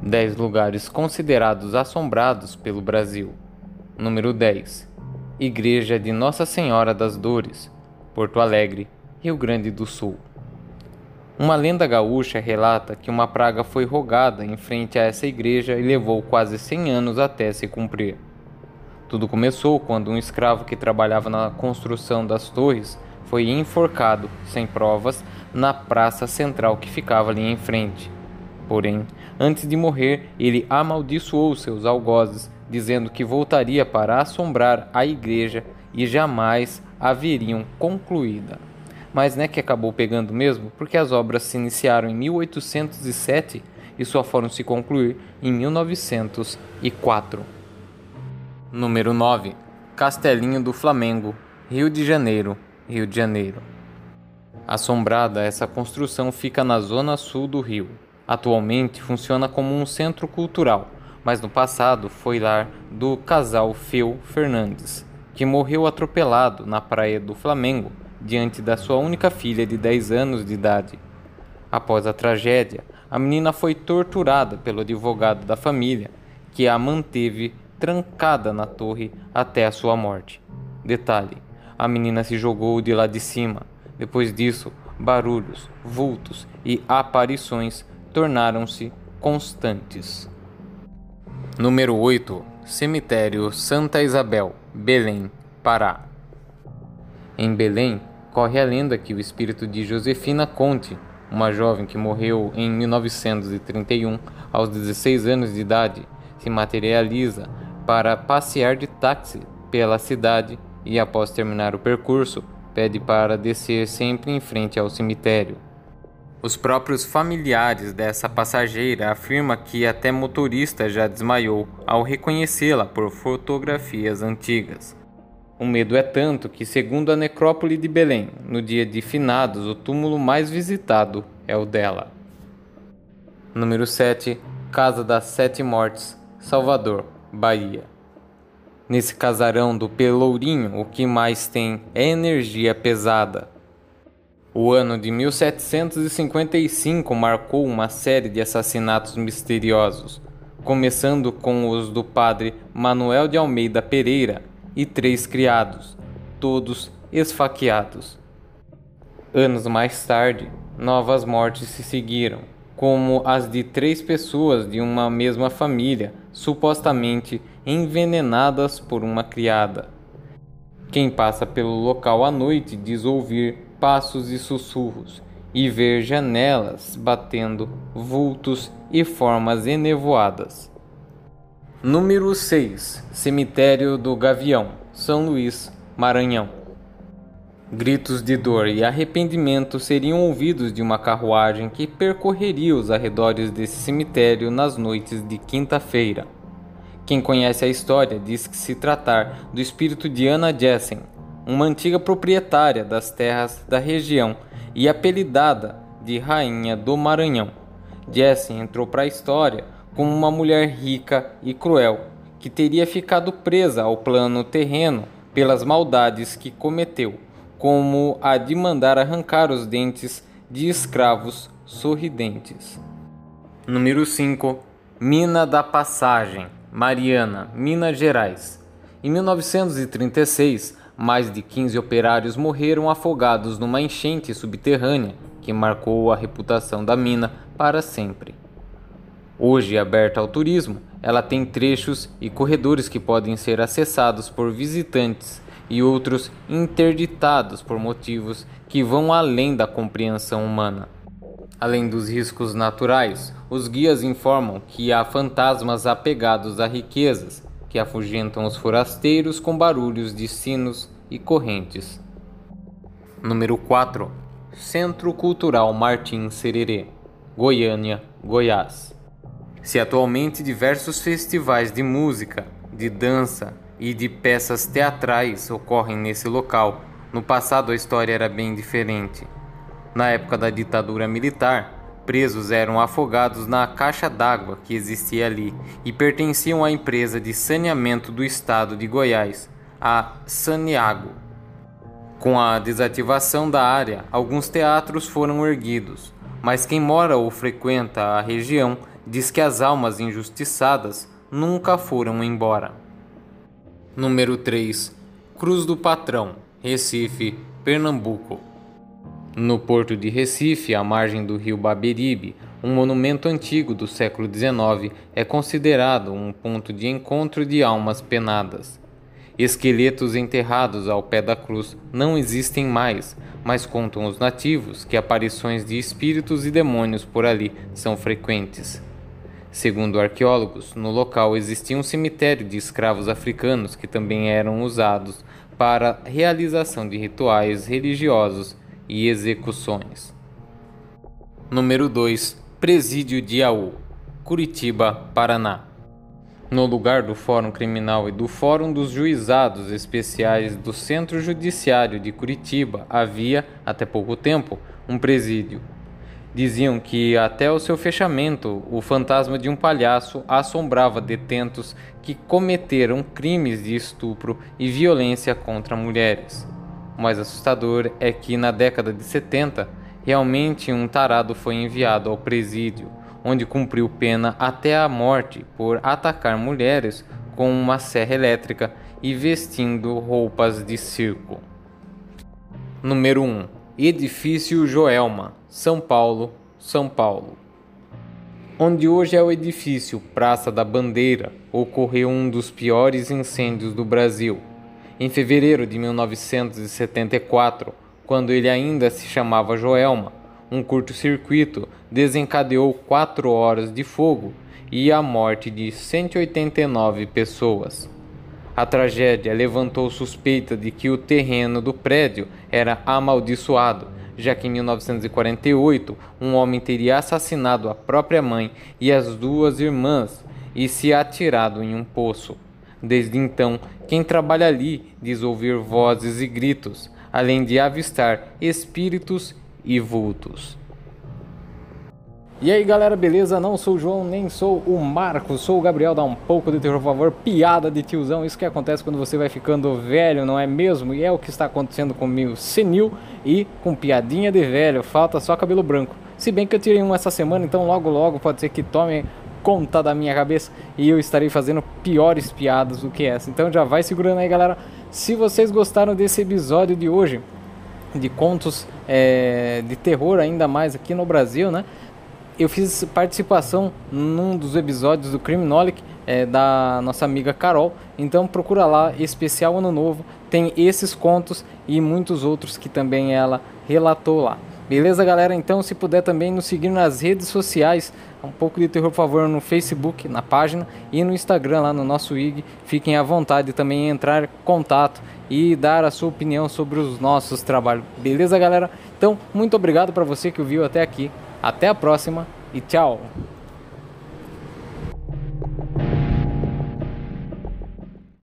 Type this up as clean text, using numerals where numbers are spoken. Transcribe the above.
10 lugares considerados assombrados pelo Brasil. Número 10. Igreja de Nossa Senhora das Dores, Porto Alegre, Rio Grande do Sul. Uma lenda gaúcha relata que uma praga foi rogada em frente a essa igreja e levou quase 100 anos até se cumprir. Tudo começou quando um escravo que trabalhava na construção das torres foi enforcado, sem provas, na praça central que ficava ali em frente. Porém, antes de morrer, ele amaldiçoou seus algozes, dizendo que voltaria para assombrar a igreja e jamais a veriam concluída. Mas que acabou pegando mesmo, porque as obras se iniciaram em 1807 e só foram se concluir em 1904. Número 9. Castelinho do Flamengo, Rio de Janeiro, Rio de Janeiro. Assombrada, essa construção fica na zona sul do Rio. Atualmente funciona como um centro cultural, mas no passado foi lar do casal Feu Fernandes, que morreu atropelado na praia do Flamengo diante da sua única filha de 10 anos de idade. Após a tragédia, a menina foi torturada pelo advogado da família, que a manteve trancada na torre até a sua morte. Detalhe: a menina se jogou de lá de cima. Depois disso, barulhos, vultos e aparições tornaram-se constantes. Número 8. Cemitério Santa Isabel, Belém, Pará. Em Belém, corre a lenda que o espírito de Josefina Conte, uma jovem que morreu em 1931 aos 16 anos de idade, se materializa para passear de táxi pela cidade e, após terminar o percurso, pede para descer sempre em frente ao cemitério. Os próprios familiares dessa passageira afirmam que até motorista já desmaiou ao reconhecê-la por fotografias antigas. O medo é tanto que, segundo a necrópole de Belém, no dia de finados, o túmulo mais visitado é o dela. Número 7. Casa das Sete Mortes, Salvador, Bahia. Nesse casarão do Pelourinho, o que mais tem é energia pesada. O ano de 1755 marcou uma série de assassinatos misteriosos, começando com os do padre Manuel de Almeida Pereira e 3 criados, todos esfaqueados. Anos mais tarde, novas mortes se seguiram, como as de 3 pessoas de uma mesma família, supostamente envenenadas por uma criada. Quem passa pelo local à noite diz ouvir passos e sussurros e ver janelas batendo, vultos e formas enevoadas. Número 6. Cemitério do Gavião, São Luís, Maranhão. Gritos de dor e arrependimento seriam ouvidos de uma carruagem que percorreria os arredores desse cemitério nas noites de quinta-feira. Quem conhece a história diz que se tratar do espírito de Ana Jessen, uma antiga proprietária das terras da região e apelidada de Rainha do Maranhão. Jessen entrou para a história como uma mulher rica e cruel, que teria ficado presa ao plano terreno pelas maldades que cometeu, como a de mandar arrancar os dentes de escravos sorridentes. Número 5. Mina da Passagem, Mariana, Minas Gerais. Em 1936, mais de 15 operários morreram afogados numa enchente subterrânea que marcou a reputação da mina para sempre. Hoje aberta ao turismo, ela tem trechos e corredores que podem ser acessados por visitantes e outros interditados por motivos que vão além da compreensão humana. Além dos riscos naturais, os guias informam que há fantasmas apegados a riquezas que afugentam os forasteiros com barulhos de sinos e correntes. Número 4. Centro Cultural Martim Sererê, Goiânia, Goiás. Se atualmente diversos festivais de música, de dança e de peças teatrais ocorrem nesse local, no passado a história era bem diferente. Na época da ditadura militar, presos eram afogados na caixa d'água que existia ali e pertenciam à empresa de saneamento do estado de Goiás, a Saneago. Com a desativação da área, alguns teatros foram erguidos, mas quem mora ou frequenta a região diz que as almas injustiçadas nunca foram embora. Número 3. Cruz do Patrão, Recife, Pernambuco. No porto de Recife, à margem do rio Baberibe, um monumento antigo do século XIX é considerado um ponto de encontro de almas penadas. Esqueletos enterrados ao pé da cruz não existem mais, mas contam os nativos que aparições de espíritos e demônios por ali são frequentes. Segundo arqueólogos, no local existia um cemitério de escravos africanos que também eram usados para a realização de rituais religiosos e execuções. Número 2. Presídio de Iaú, Curitiba, Paraná. No lugar do Fórum Criminal e do Fórum dos Juizados Especiais do Centro Judiciário de Curitiba havia, até pouco tempo, um presídio. Diziam que até o seu fechamento, o fantasma de um palhaço assombrava detentos que cometeram crimes de estupro e violência contra mulheres. O mais assustador é que na década de 70, realmente um tarado foi enviado ao presídio, onde cumpriu pena até a morte por atacar mulheres com uma serra elétrica e vestindo roupas de circo. Número 1. Edifício Joelma, São Paulo, São Paulo. Onde hoje é o edifício Praça da Bandeira, ocorreu um dos piores incêndios do Brasil. Em fevereiro de 1974, quando ele ainda se chamava Joelma, um curto-circuito desencadeou 4 horas de fogo e a morte de 189 pessoas. A tragédia levantou suspeita de que o terreno do prédio era amaldiçoado, já que em 1948 um homem teria assassinado a própria mãe e as 2 irmãs e se atirado em um poço. Desde então, quem trabalha ali diz ouvir vozes e gritos, além de avistar espíritos e vultos. E aí galera, beleza? Não sou o João, nem sou o Marcos, sou o Gabriel, dá um pouco de terror, por favor, piada de tiozão, isso que acontece quando você vai ficando velho, não é mesmo? E é o que está acontecendo comigo, senil e com piadinha de velho, falta só cabelo branco. Se bem que eu tirei um essa semana, então logo logo pode ser que tome conta da minha cabeça e eu estarei fazendo piores piadas do que essa. Então já vai segurando aí galera, se vocês gostaram desse episódio de hoje, de contos de terror ainda mais aqui no Brasil, né? Eu fiz participação num dos episódios do Criminolic da nossa amiga Carol, então procura lá, especial Ano Novo, tem esses contos e muitos outros que também ela relatou lá. Beleza galera? Então se puder também nos seguir nas redes sociais, um pouco de terror por favor no Facebook, na página e no Instagram lá no nosso IG, fiquem à vontade também em entrar em contato e dar a sua opinião sobre os nossos trabalhos. Beleza galera? Então muito obrigado para você que ouviu até aqui. Até a próxima e tchau!